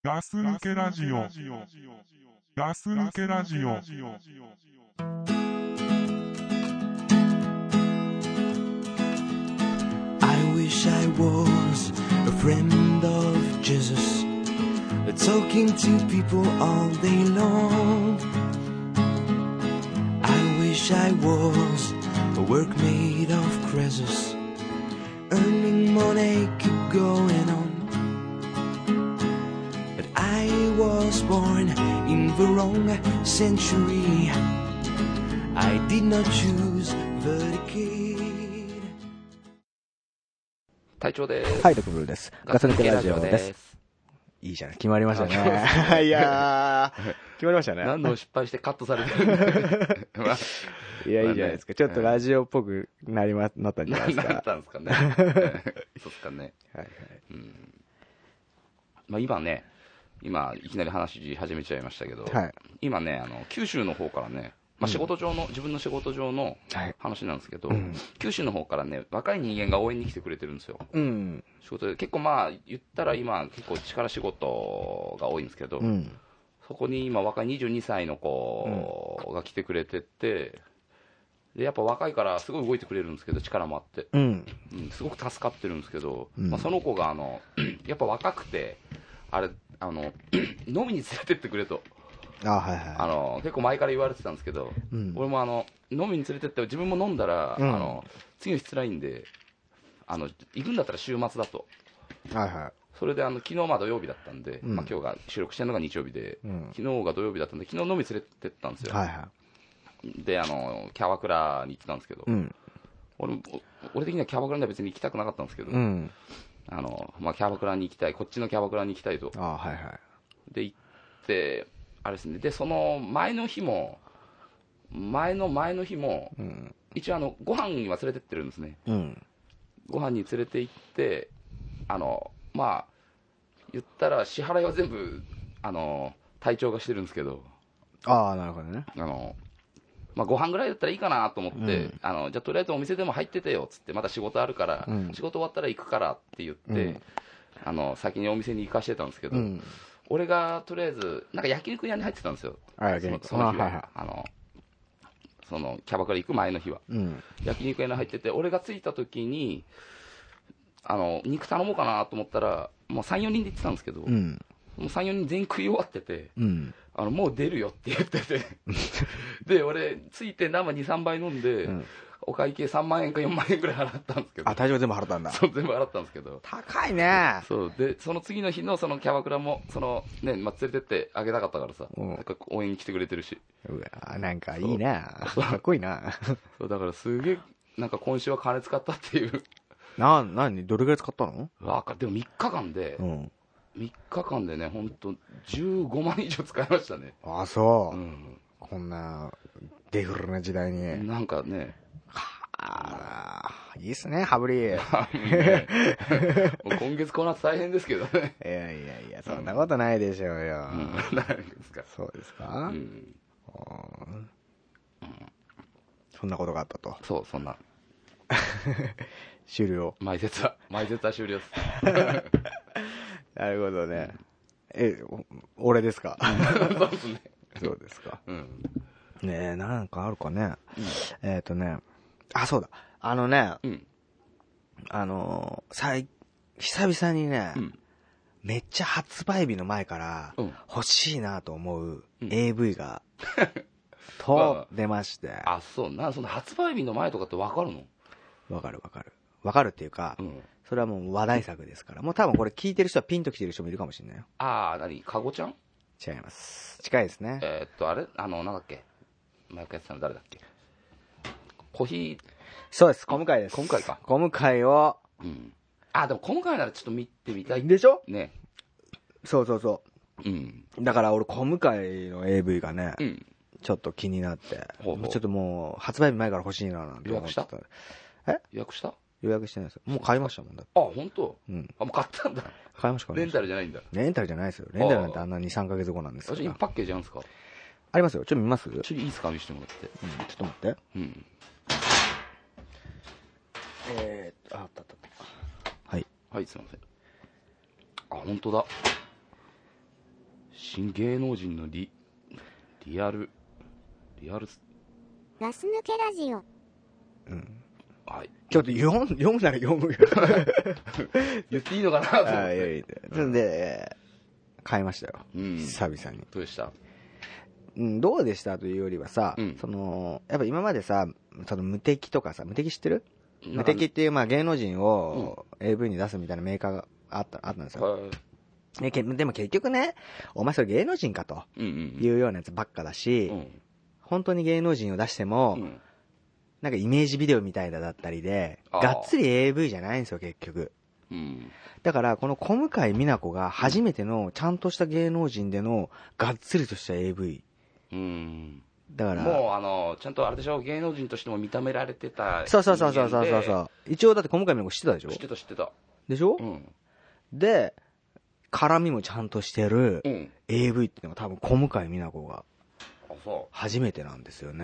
ガス抜けラジオ。ガス抜けラジオ。 I wish I was a friend of Jesus, talking to people all day long. I wish I was a workmate of Croesus, earning money, keep going on.But I was born in the wrong century. I did not choose the decade. 隊長です。 はい、ドクブルです。ガス抜けラジオです。いいじゃん、決まりましたね。いやー、決まりましたね。 何度も失敗してカットされてるんで。 いや、いいじゃないですか。ちょっとラジオっぽくなったんじゃないですか。 なったんですかね。そうですかね。 はいはい。 まあ今いきなり話し始めちゃいましたけど、 はい、 今ね九州の方からね、まあ、仕事上の、自分の仕事上の話なんですけど、九州の方からね若い人間が応援に来てくれてるんですよ、仕事で。結構まあ言ったら今結構力仕事が多いんですけど、そこに今若い22歳の子が来てくれてて、でやっぱ若いからすごい動いてくれるんですけど、力もあって、すごく助かってるんですけど、まあ、その子がやっぱ若くてあれ飲みに連れてってくれと、結構前から言われてたんですけど、俺も飲みに連れてって自分も飲んだら、次の日辛いんで行くんだったら週末だと、それで昨日土曜日だったんで、まあ、今日が収録してるのが日曜日で、昨日が土曜日だったんで昨日飲み連れてったんですよ、でキャバクラに行ってたんですけど、俺的にはキャバクラには別に行きたくなかったんですけど、まあ、キャバクラに行きたい、こっちのキャバクラに行きたいと、で行ってあれですね、でその前の日も前の日も、一応ご飯には連れてってるんですね、ご飯に連れて行って、まあ言ったら支払いは全部隊長がしてるんですけど、 なるほどね。 まあ、ご飯ぐらいだったらいいかなと思って、じゃあとりあえずお店でも入っててよっつって、また仕事あるから、仕事終わったら行くからって言って、先にお店に行かしてたんですけど、俺がとりあえずなんか焼肉屋に入ってたんですよ、その日は、そのキャバクラ行く前の日は、焼肉屋に入ってて、俺が着いた時に肉頼もうかなと思ったら、もう 3,4 人で行ってたんですけど、もう 3,4 人全員食い終わってて、もう出るよって言っててで俺着いて生 2,3 杯飲んで、お会計3万円か4万円ぐらい払ったんですけど、 隊長全部払ったんだ。 そう、全部払ったんですけど、 高いね。 そうで、その次の日のそのキャバクラもね、まあ、連れてってあげたかったからさ、なんか応援に来てくれてるし、 なんかいいな、かっこいいな。 そうだからすげえなんか今週は金使ったっていう。 何どれぐらい使ったの？ でも3日間で、3日間でね、ほんと15万以上使いましたね。 そう、こんなデフルな時代になんかね、 いいっすね、羽振り。 もう今月この後大変ですけどね。 いや、そんなことないでしょうよ。 ないですか。 そうですか。そんなことがあったと。 そう、そんな。 終了。 前説は終了です。 なるほどね。俺ですか。 そうですね。 そうですか。ねえ、なんかあるかね。そうだ。久々にね、めっちゃ発売日の前から欲しいなと思う AV が出まして。 その発売日の前とかって分かるの？ 分かるっていうか、それはもう話題作ですから、もう多分これ聞いてる人はピンと来てる人もいるかもしれないよ。 何かごちゃん？ 違います。近いですね。 あれなんだっけ、前やってたの誰だっけ？ そうです、小向井です。 小向井か。 小向井を、 でも小向井ならちょっと見てみたいでしょね。 そう、だから俺小向井の AV がね、ちょっと気になって、ちょっともう発売日前から欲しいななんて思ってた。 予約した？ 予約してないですよ。もう買いましたもんだって。 本当？もう買ったんだ。 買いました。 レンタルじゃないんだ。 レンタルじゃないですよ。レンタルなんてあんな 2,3 ヶ月後なんですから。 パッケージあるんですか？ ありますよ。ちょっと見ます？ いいですか？見せてもらって。 ちょっと待って。あった。はい、 すいません。本当だ。 新芸能人のリアルガス抜けラジオ。 はい。 ちょっと読むなら読むよ。 言っていいのかなと思って。 それで、買いましたよ。久々に。 どうでした？ どうでしたというよりはさ、やっぱ今までさ、その無敵とかさ、無敵知ってる？無敵っていう、まあ芸能人を AV に出すみたいなメーカーがあったんですよ。でも結局ね、お前それ芸能人かというようなやつばっかだし、本当に芸能人を出しても、なんかイメージビデオみたいだったりで、がっつり AV じゃないんですよ、結局。だから、この小向井美奈子が初めてのちゃんとした芸能人でのがっつりとした AV。だからもうちゃんとあれでしょ、芸能人としても認められてた。 そう。一応だって小向井美奈子知ってたでしょ？ 知ってた。 でしょ？で、絡みもちゃんとしてる AV っていうのが多分小向井美奈子が初めてなんですよね。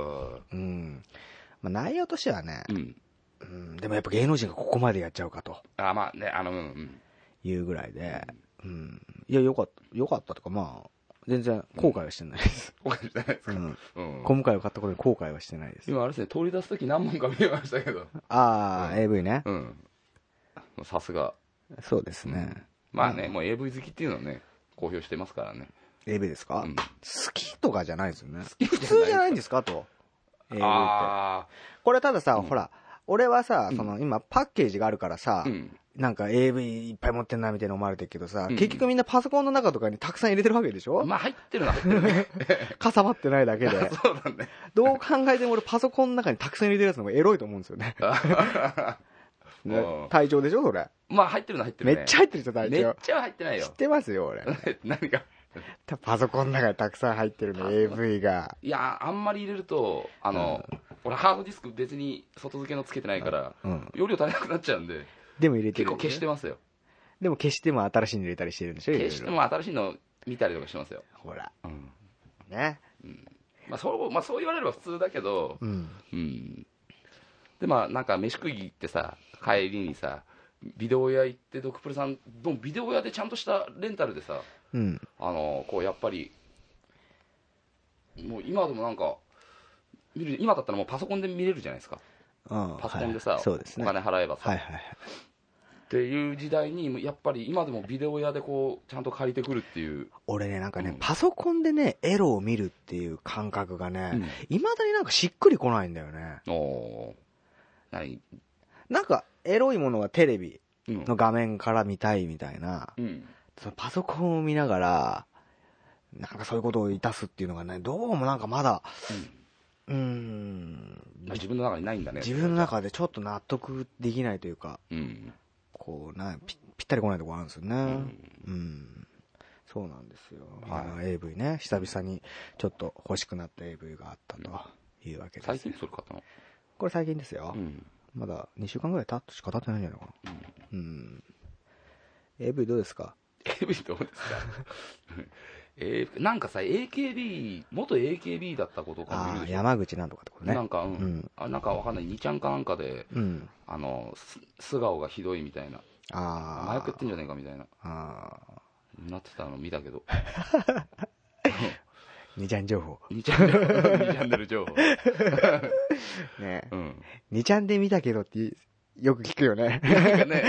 まあ内容としてはね、でもやっぱ芸能人がここまでやっちゃうかと。 まあね、 いうぐらいで、いや、よかったとか、まあ、全然後悔はしてないです。 後悔してないですか？ 小向井を買ったことに後悔はしてないです。 今あれですね、取り出すとき何問か見えましたけど。 AV ね。 さすが。 そうですね。 まあね、もう AV 好きっていうのをね、公表してますからね。 AV ですか？好きとかじゃないですよね。普通じゃないんですかと。AV って。これたださ、ほら、俺はさ、今パッケージがあるからさ、なんか AV いっぱい持ってんなみたいな思われてるけどさ、結局みんなパソコンの中とかにたくさん入れてるわけでしょ？ まあ入ってるね。 かさばってないだけで。 そうだね。 どう考えても俺パソコンの中にたくさん入れてるやつの方がエロいと思うんですよね。隊長でしょそれ？ まあ入ってるね。 めっちゃ入ってる人隊長。 めっちゃ入ってないよ。 知ってますよ俺。 何が？ パソコンの中にたくさん入ってるの AV が。 いや、あんまり入れると俺ハードディスク別に外付けのつけてないから容量足りなくなっちゃうんで。 でも入れてる。 結構消してますよ。 でも消しても新しいの入れたりしてるんでしょ？ 消しても新しいの見たりとかしてますよ。 ほら。ね。 まあそう言われれば普通だけど、でまあなんか飯食い行ってさ、帰りにさ、ビデオ屋行ってドクプルさんビデオ屋でちゃんとしたレンタルでさ、こうやっぱりもう今でもなんか今だったらもうパソコンで見れるじゃないですか。パソコンでさ、お金払えばさ、っていう時代にやっぱり今でもビデオ屋でこうちゃんと借りてくるっていう。 俺ねなんかね、パソコンでねエロを見るっていう感覚がね、いまだになんかしっくりこないんだよね。なんかエロいものはテレビの画面から見たいみたいな、そのパソコンを見ながらなんかそういうことをいたすっていうのがね、どうもなんかまだ自分の中にないんだね。 自分の中でちょっと納得できないというか、こうぴったりこないところあるんですよね。そうなんですよ。AV ね、久々にちょっと欲しくなった AV があったというわけです。 最近それ買ったの？ これ最近ですよ。まだ2週間ぐらいしか経ってないんじゃないかな。AV どうですか？ AV どうですか？なんかさ、AKB、元 AKB だった子とかもいるでしょ。 山口なんとかってことね。 なんか、なんかわかんない、2ちゃんかなんかで、素顔がひどいみたいな。麻薬やってんじゃねえかみたいな。なってたの見たけど。 2ちゃん情報。 2チャンネル情報。 ねえ。2ちゃんで見たけどってよく聞くよね。 なんかね、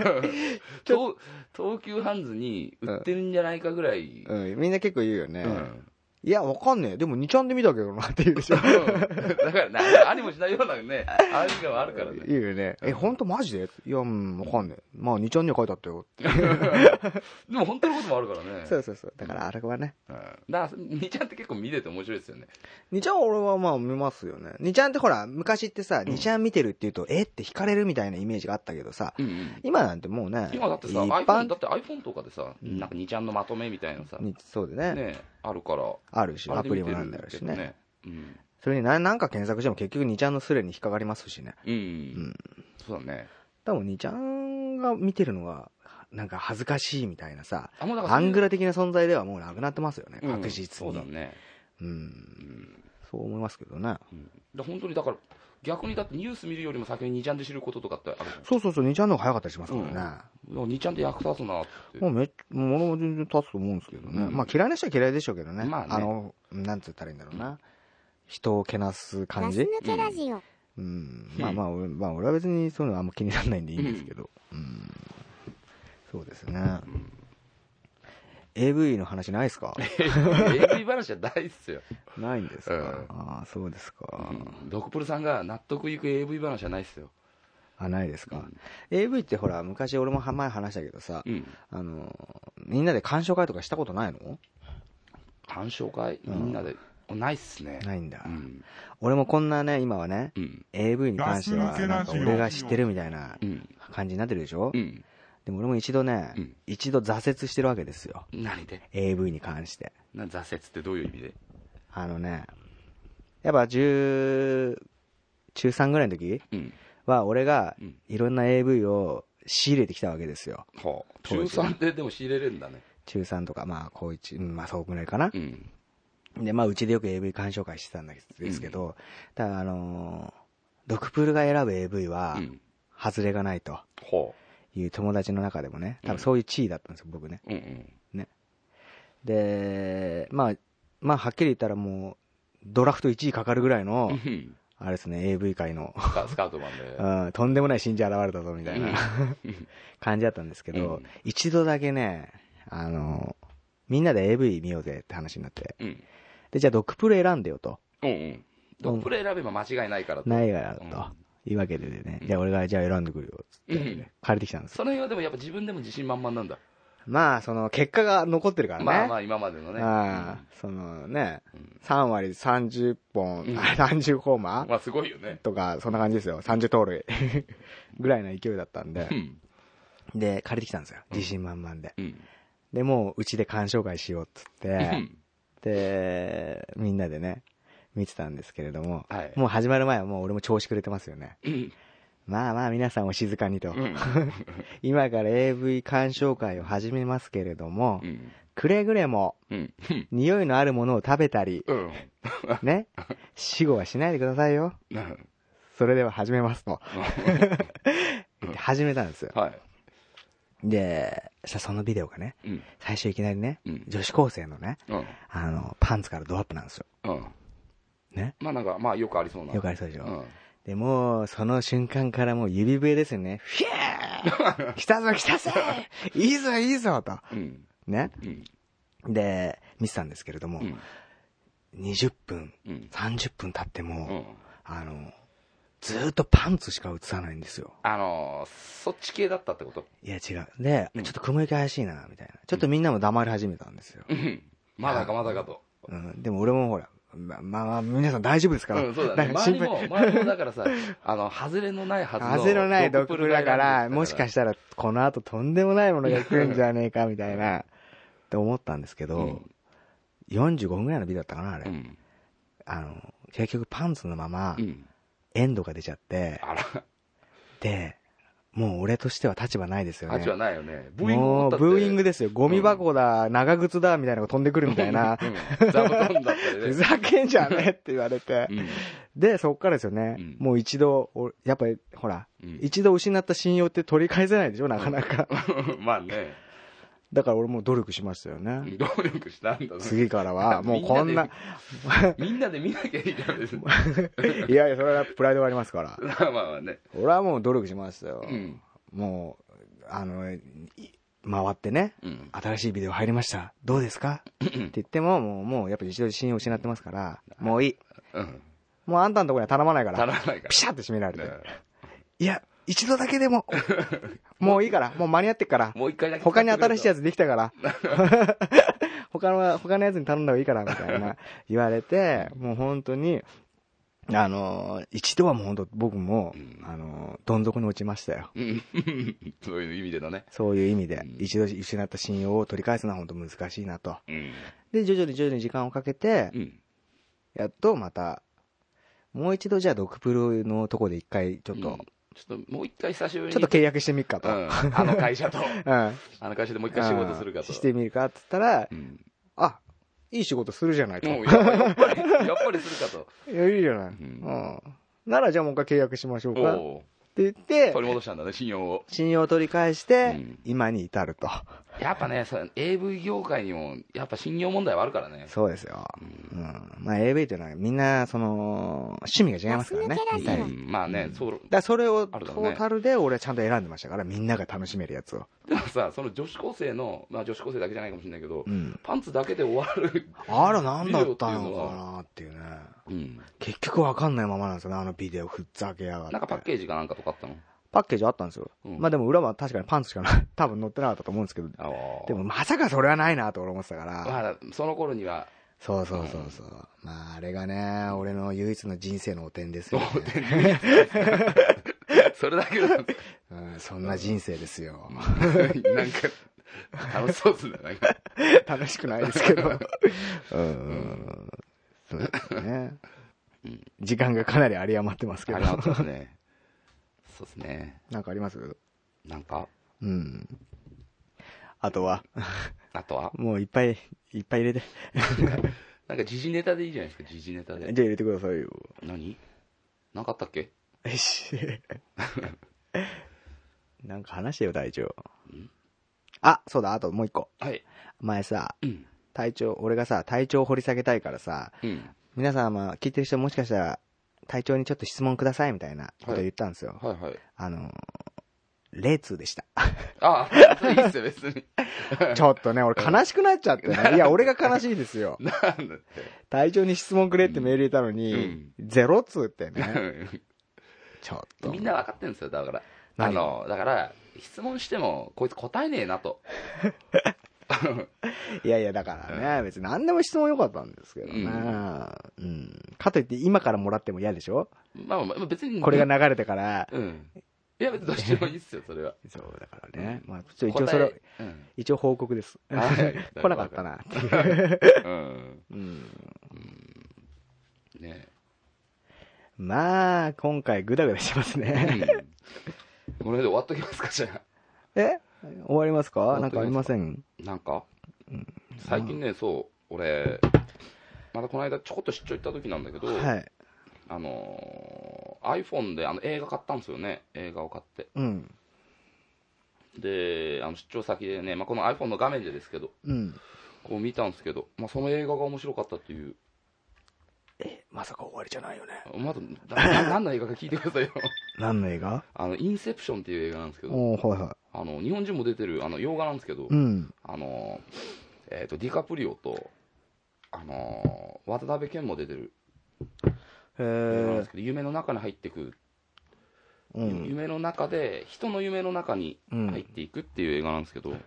東急ハンズに売ってるんじゃないかぐらい。 みんな結構言うよね。いや、わかんねえ。でも2ちゃんで見たけどなって言うでしょ。だからありもしないようなね、ありがあるからね。 言うよね。ほんとマジで？いや、わかんねえ。まあ2ちゃんには書いてあったよって。 でも本当のこともあるからね。 そう。だからあれはね。 だから2ちゃんって結構見てて面白いですよね。 2ちゃん俺はまあ見ますよね。2ちゃんってほら、昔ってさ、2ちゃん見てるって言うと、って惹かれるみたいなイメージがあったけどさ、今なんてもうね。 今だってさ、iPhone とかでさ、なんか2ちゃんのまとめみたいなさ。 そうでね。 あるから。 あるし、アプリもなんだろうしね。それになんか検索しても結局2ちゃんのスレに引っかかりますしね。 そうだね。 多分2ちゃんが見てるのは、なんか恥ずかしいみたいなさ、アングラ的な存在ではもうなくなってますよね、確実に。 そうだね。 そう思いますけどね。 本当にだから、 逆にだってニュース見るよりも先に2ちゃんで知ることとかってあるじゃん。 そう2ちゃんの方が早かったりしますからね。 2ちゃんで役立つなって。 もう物も全然立つと思うんですけどね。まあ嫌いな人は嫌いでしょうけどね。 まあね。 なんつったらいいんだろうな。人をけなす感じ。まあ俺は別にそういうのあんま気にならないんでいいんですけど。そうですね。AV の話ないですか？ AV 話はないっすよ。 ないんですか？ああ、そうですか。 ドクプルさんが納得いく AV 話はないっすよ。 あ、ないですか。AV ってほら、昔俺も前話したけどさ、みんなで鑑賞会とかしたことないの？ 鑑賞会みんなで、ないっすね。 ないんだ。俺もこんなね、今はね、AV に関しては、なんか俺が知ってるみたいな感じになってるでしょ？でも俺も一度挫折してるわけですよ。 何で？ AV に関して。 挫折ってどういう意味で？ やっぱ中3ぐらいの時は俺がいろんな AV を仕入れてきたわけですよ。 中3ってでも仕入れれるんだね。 中3とか、まあ高1、まあそうぐらいかな。で、まあうちでよく AV 鑑賞会してたんですけど、ただドクプルが選ぶ AV は、外れがないと。いう友達の中でもね、多分そういう地位だったんですよ、僕ね。ね。で、まあ、はっきり言ったらもう、ドラフト1位かかるぐらいの、あれですね、AV 界のスカウトマンで。 とんでもない信者現れたぞ、みたいな感じだったんですけど、一度だけね、みんなで AV 見ようぜって話になって、で、じゃあドクプル選んでよと。 ドクプル選べば間違いないからと。 ないからと。いうわけでね、じゃあ俺がじゃあ選んでくるよつって、借りてきたんですよ。 その辺はでもやっぱ自分でも自信満々なんだ。 まあその結果が残ってるからね。 まあまあ今までのね。 そのね、3割30本、30ホーマーまあすごいよね。 とかそんな感じですよ。30盗塁ぐらいの勢いだったんで、で借りてきたんですよ。自信満々で。でもううちで鑑賞会しようっつって、でみんなでね。見てたんですけれども、もう始まる前はもう俺も調子くれてますよね。まあまあ皆さんお静かにと。今から AV 鑑賞会を始めますけれども、くれぐれも、匂いのあるものを食べたり、ね、死後はしないでくださいよ。それでは始めますと。始めたんですよ。で、そのビデオがね、最初いきなりね、女子高生のね、パンツからドアップなんですよ。ね。 まあなんか、まあよくありそうな。 よくありそうでしょ。でも、その瞬間からもう指笛ですよね。フィー来たぞ来たぞいいぞいいぞと。ね。で、見てたんですけれども、20分、30分経っても、ずーっとパンツしか映さないんですよ。 そっち系だったってこと？ いや違う。で、ちょっと雲行き怪しいな、みたいな。ちょっとみんなも黙り始めたんですよ。 まだかまだかと。 でも俺もほら、まあ、皆さん大丈夫ですから。 そうだね。周りもだからさ、外れのないはずの。 外れのないドクプルだから、もしかしたらこの後とんでもないものが来るんじゃねえか、みたいな、って思ったんですけど、45分ぐらいのビデオだったかな、あれ。結局パンツのまま、エンドが出ちゃって、で、もう俺としては立場ないですよね。 立場ないよね。 もうブーイングですよ。ゴミ箱だ、長靴だ、みたいなのが飛んでくるみたいな。 座布団だったりね。 ふざけんじゃねえって言われて。で、そっからですよね。もう一度、やっぱり、ほら、一度失った信用って取り返せないでしょ、なかなか。 まあね。 だから俺も努力しましたよね。 努力したんだね。 次からは、もうこんな。 みんなで見なきゃいいじゃんですね。 いやいや、それはプライドがありますから。 まあまあね。 俺はもう努力しましたよ。もう、回ってね、新しいビデオ入りました。どうですかって言っても、もうやっぱり一度信用失ってますから、もういい。もうあんたのところには頼まないから、ピシャって閉められて。いや、一度だけでも、もういいから、もう間に合ってっから、 もう一回だけ他に新しいやつできたから、他のやつに頼んだ方がいいから、みたいな言われて、もう本当に、一度はもう本当僕も、どん底に落ちましたよ。 そういう意味でのね。 そういう意味で、一度失った信用を取り返すのは本当難しいなと。で、徐々に時間をかけて、やっとまた、もう一度じゃあドクプルのとこで一回ちょっと、 もう一回久しぶりに。 ちょっと契約してみるかと。 あの会社と。あの会社でもう一回仕事するかと。 してみるかって言ったら、あ、いい仕事するじゃないと。 やっぱりするかと。 いや、いいじゃない。 ならじゃあもう一回契約しましょうかって言って取り戻したんだね、信用を取り返して、今に至ると。 やっぱね、AV 業界にもやっぱ信用問題はあるからね。 そうですよ、まあ AV というのはみんなその趣味が違いますからね。 まあね、 それをトータルで俺はちゃんと選んでましたから、みんなが楽しめるやつを。 でもさ、その女子高生の、まあ女子高生だけじゃないかもしれないけど、パンツだけで終わるあら何だったのかなっていうね、結局わかんないままなんですよね、あのビデオふっざけやがって。 なんかパッケージかなんかとかあったの？ パッケージあったんですよ、まあでも裏は確かにパンツしか多分載ってなかったと思うんですけど、でもまさかそれはないなと俺思ってたから、 まあ、その頃にはそう、まああれがね、俺の唯一の人生の汚点ですよ、ね、 それだけだ、 そんな人生ですよ。 なんか楽しそうですね、なんか楽しくないですけどそうですね、時間がかなり有り余ってますけど。 有り余ってますね。そうですね。 なんかあります？ なんかあとはもういっぱい入れてなんか時事ネタでいいじゃないですか、時事ネタで。 じゃあ入れてくださいよ。 何かあったっけ？ なんか話してよ、隊長。あ、そうだ、あともう一個。 はい。 前さ、俺がさ、体調を掘り下げたいからさ、皆様聞いてる人もしかしたら隊長にちょっと質問くださいみたいなこと言ったんですよ。レーツーでした。 あ、いいっすよ、別に。 ちょっとね、俺悲しくなっちゃってね。いや、俺が悲しいですよ。 なんだって。 隊長に質問くれってメール入れたのに、ゼロ通ってね。ちょっと。 みんな分かってるんですよ、だから。だから、質問しても、こいつ答えねえなと。 いやいや、だからね、別に何でも質問良かったんですけどね。かといって今からもらっても嫌でしょ？ まあ別に。 これが流れてから。 いや別にどっちでもいいっすよ、それは。 そう、だからね。まあ、一応報告です。来なかったな、っていう。 ね。 まあ、今回グダグダしますね。 これで終わっときますか、じゃあ。 終わりますか？なんかありません？ なんか最近ね、そう、俺、まだこの間ちょこっと出張行った時なんだけど、iPhone で映画買ったんですよね、映画を買って。で、出張先でね、この iPhone の画面でですけど、こう見たんですけど、その映画が面白かったっていう。 まさか終わりじゃないよね。 まだ何の映画か聞いてくださいよ。 何の映画？ インセプションっていう映画なんですけど、日本人も出てる洋画なんですけど、ディカプリオと渡辺謙も出てる映画なんですけど、夢の中に入っていく、夢の中で人の夢の中に入っていくっていう映画なんですけど、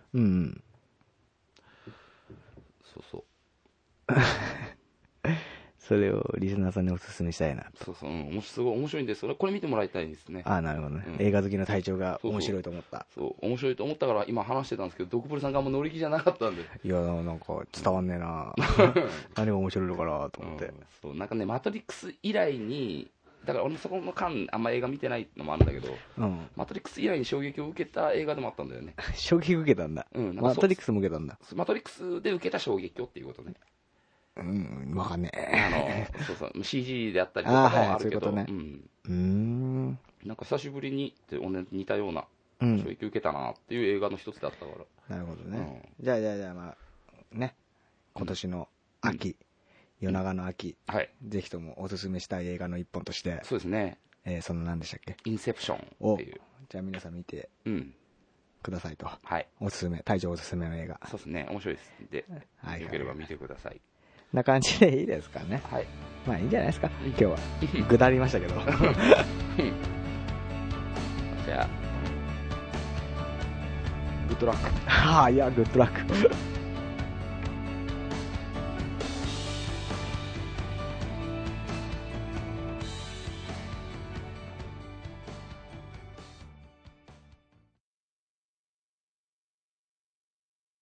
そうそれをリスナーさんにおすすめしたいなと。 すごい面白いんです。これ見てもらいたいですね。 なるほどね。映画好きの隊長が面白いと思った。 面白いと思ったから今話してたんですけど、ドクプルさんがあんま乗り気じゃなかったんで。 いや、なんか伝わんねえな。何が面白いのかなと思って。 なんかね、マトリックス以来に、だから俺もそこの間あんま映画見てないのもあるんだけど、マトリックス以来に衝撃を受けた映画でもあったんだよね。 衝撃受けたんだ。マトリックスも受けたんだ。 マトリックスで受けた衝撃をっていうことね。 わかんねえ。 CG であったりとかもあるけど、なんか久しぶりに似たような衝撃を受けたなっていう映画の一つだったから。 なるほどね。じゃあまあね、今年の秋、夜長の秋、ぜひともおすすめしたい映画の一本として、 そうですね。 その何でしたっけ？ インセプションっていう。 じゃあ皆さん見てくださいと。おすすめ、隊長おすすめの映画。 そうですね、面白いです。で、よければ見てください。 な感じでいいですかね。まあいいんじゃないですか、今日は。ぐだりましたけど。 じゃあ、グッドラック。 いや、グッドラック。